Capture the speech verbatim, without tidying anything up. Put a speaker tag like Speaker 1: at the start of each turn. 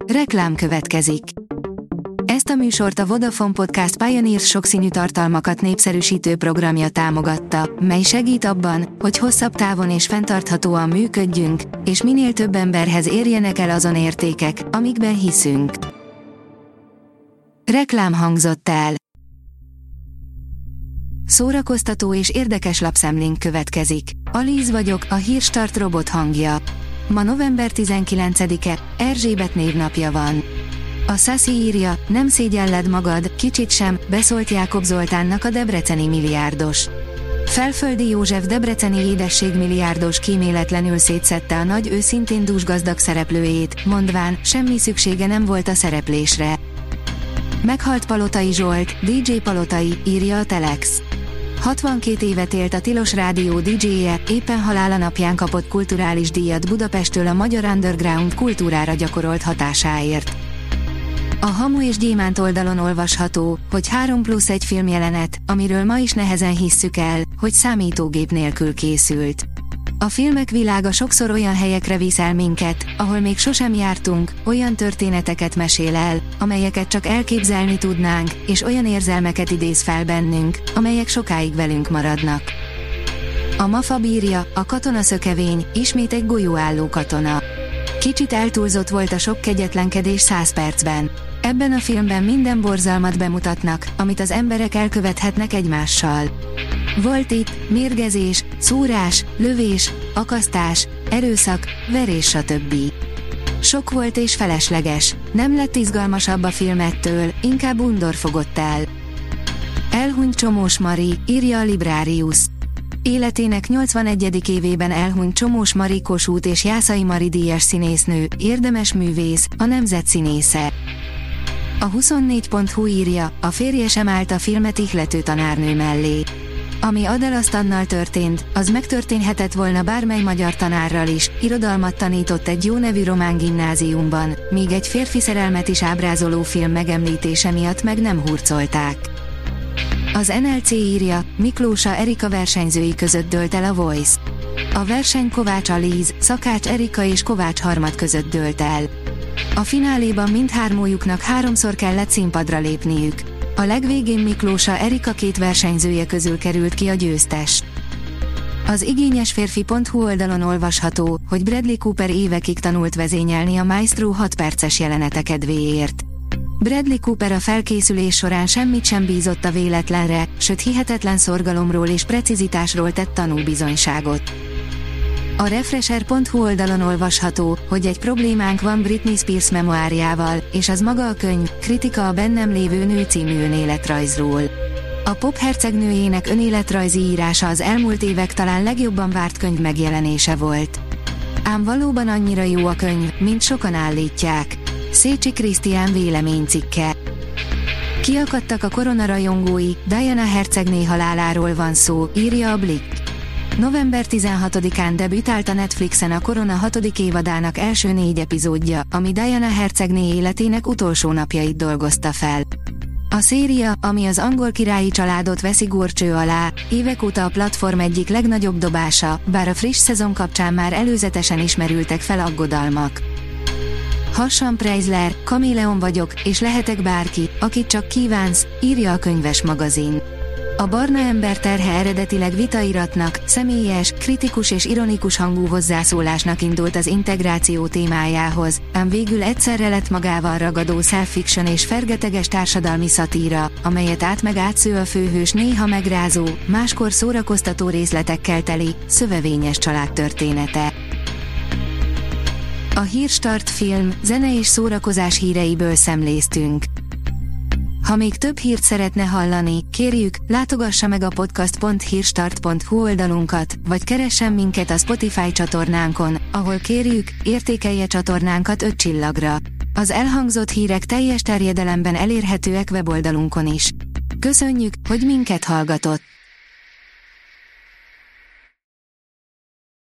Speaker 1: Reklám következik. Ezt a műsort a Vodafone Podcast Pioneers sokszínű tartalmakat népszerűsítő programja támogatta, mely segít abban, hogy hosszabb távon és fenntarthatóan működjünk, és minél több emberhez érjenek el azon értékek, amikben hiszünk. Reklám hangzott el. Szórakoztató és érdekes lapszemlénk következik. Alíz vagyok, a Hírstart robot hangja. Ma november tizenkilencedike, Erzsébet névnapja van. A Sassy írja, nem szégyelled magad, kicsit sem, beszólt Jákob Zoltánnak a debreceni milliárdos. Felföldi József debreceni édességmilliárdos kíméletlenül szétszedte a nagy őszintén dúsgazdag szereplőjét, mondván, semmi szüksége nem volt a szereplésre. Meghalt Palotai Zsolt, dé dzsé Palotai, írja a Telex. hatvankét évet élt a Tilos Rádió dé dzséje, éppen halála napján kapott kulturális díjat Budapesttől a magyar underground kultúrára gyakorolt hatásáért. A Hamu és Gyémánt oldalon olvasható, hogy három plusz egy filmjelenet, amiről ma is nehezen hisszük el, hogy számítógép nélkül készült. A filmek világa sokszor olyan helyekre visz el minket, ahol még sosem jártunk, olyan történeteket mesél el, amelyeket csak elképzelni tudnánk, és olyan érzelmeket idéz fel bennünk, amelyek sokáig velünk maradnak. A MAFA bírja, a katona szökevény, ismét egy golyóálló katona. Kicsit eltúlzott volt a sok kegyetlenkedés száz percben. Ebben a filmben minden borzalmat bemutatnak, amit az emberek elkövethetnek egymással. Volt itt mérgezés, szúrás, lövés, akasztás, erőszak, verés stb. Sok volt és felesleges, nem lett izgalmasabb a film ettől, inkább undor fogott el. Elhunyt Csomós Mari, írja a Librarius. Életének nyolcvanegyedik évében elhunyt Csomós Mari Kossuth és Jászai Mari díjas színésznő, érdemes művész, a nemzet színésze. A huszonnégy pont hu írja, a férje sem állt a filmet ihlető tanárnő mellé. Ami Adelasztannal történt, az megtörténhetett volna bármely magyar tanárral is, irodalmat tanított egy jó nevű román gimnáziumban, míg egy férfi szerelmet is ábrázoló film megemlítése miatt meg nem hurcolták. Az en el cé írja, Miklósa Erika versenyzői között dőlt el a Voice. A verseny Kovács Alíz, Szakács Erika és Kovács Harmat között dőlt el. A fináléban mindhármójuknak háromszor kellett színpadra lépniük. A legvégén Miklósa Erika két versenyzője közül került ki a győztes. Az igényesférfi pont hu oldalon olvasható, hogy Bradley Cooper évekig tanult vezényelni a Maestro hat perces jelenete kedvéért. Bradley Cooper a felkészülés során semmit sem bízott a véletlenre, sőt hihetetlen szorgalomról és precizitásról tett tanúbizonyságot. A Refresher pont hu oldalon olvasható, hogy egy problémánk van Britney Spears memoárjával, és az maga a könyv, kritika a bennem lévő nő című önéletrajzról. A pop hercegnőjének önéletrajzi írása az elmúlt évek talán legjobban várt könyv megjelenése volt. Ám valóban annyira jó a könyv, mint sokan állítják. Szécsi Krisztián véleménycikke. Kiakadtak a koronarajongói, Diana hercegné haláláról van szó, írja a Blick. november tizenhatodikán debütált a Netflixen a Korona hatodik évadának első négy epizódja, ami Diana hercegné életének utolsó napjait dolgozta fel. A széria, ami az angol királyi családot veszi górcső alá, évek óta a platform egyik legnagyobb dobása, bár a friss szezon kapcsán már előzetesen ismerültek fel aggodalmak. Hassan Preisler, Kaméleon vagyok, és lehetek bárki, akit csak kívánsz, írja a Könyves magazin. A Barna ember terhe eredetileg vitairatnak, személyes, kritikus és ironikus hangú hozzászólásnak indult az integráció témájához, ám végül egyszerre lett magával ragadó self-fiction és fergeteges társadalmi szatíra, amelyet át meg átsző a főhős néha megrázó, máskor szórakoztató részletekkel teli, szövevényes családtörténete. A Hírstart film, zene és szórakozás híreiből szemléztünk. Ha még több hírt szeretne hallani, kérjük, látogassa meg a podcast pont hírstart pont hu oldalunkat, vagy keressen minket a Spotify csatornánkon, ahol kérjük, értékelje csatornánkat öt csillagra. Az elhangzott hírek teljes terjedelemben elérhetőek weboldalunkon is. Köszönjük, hogy minket hallgatott!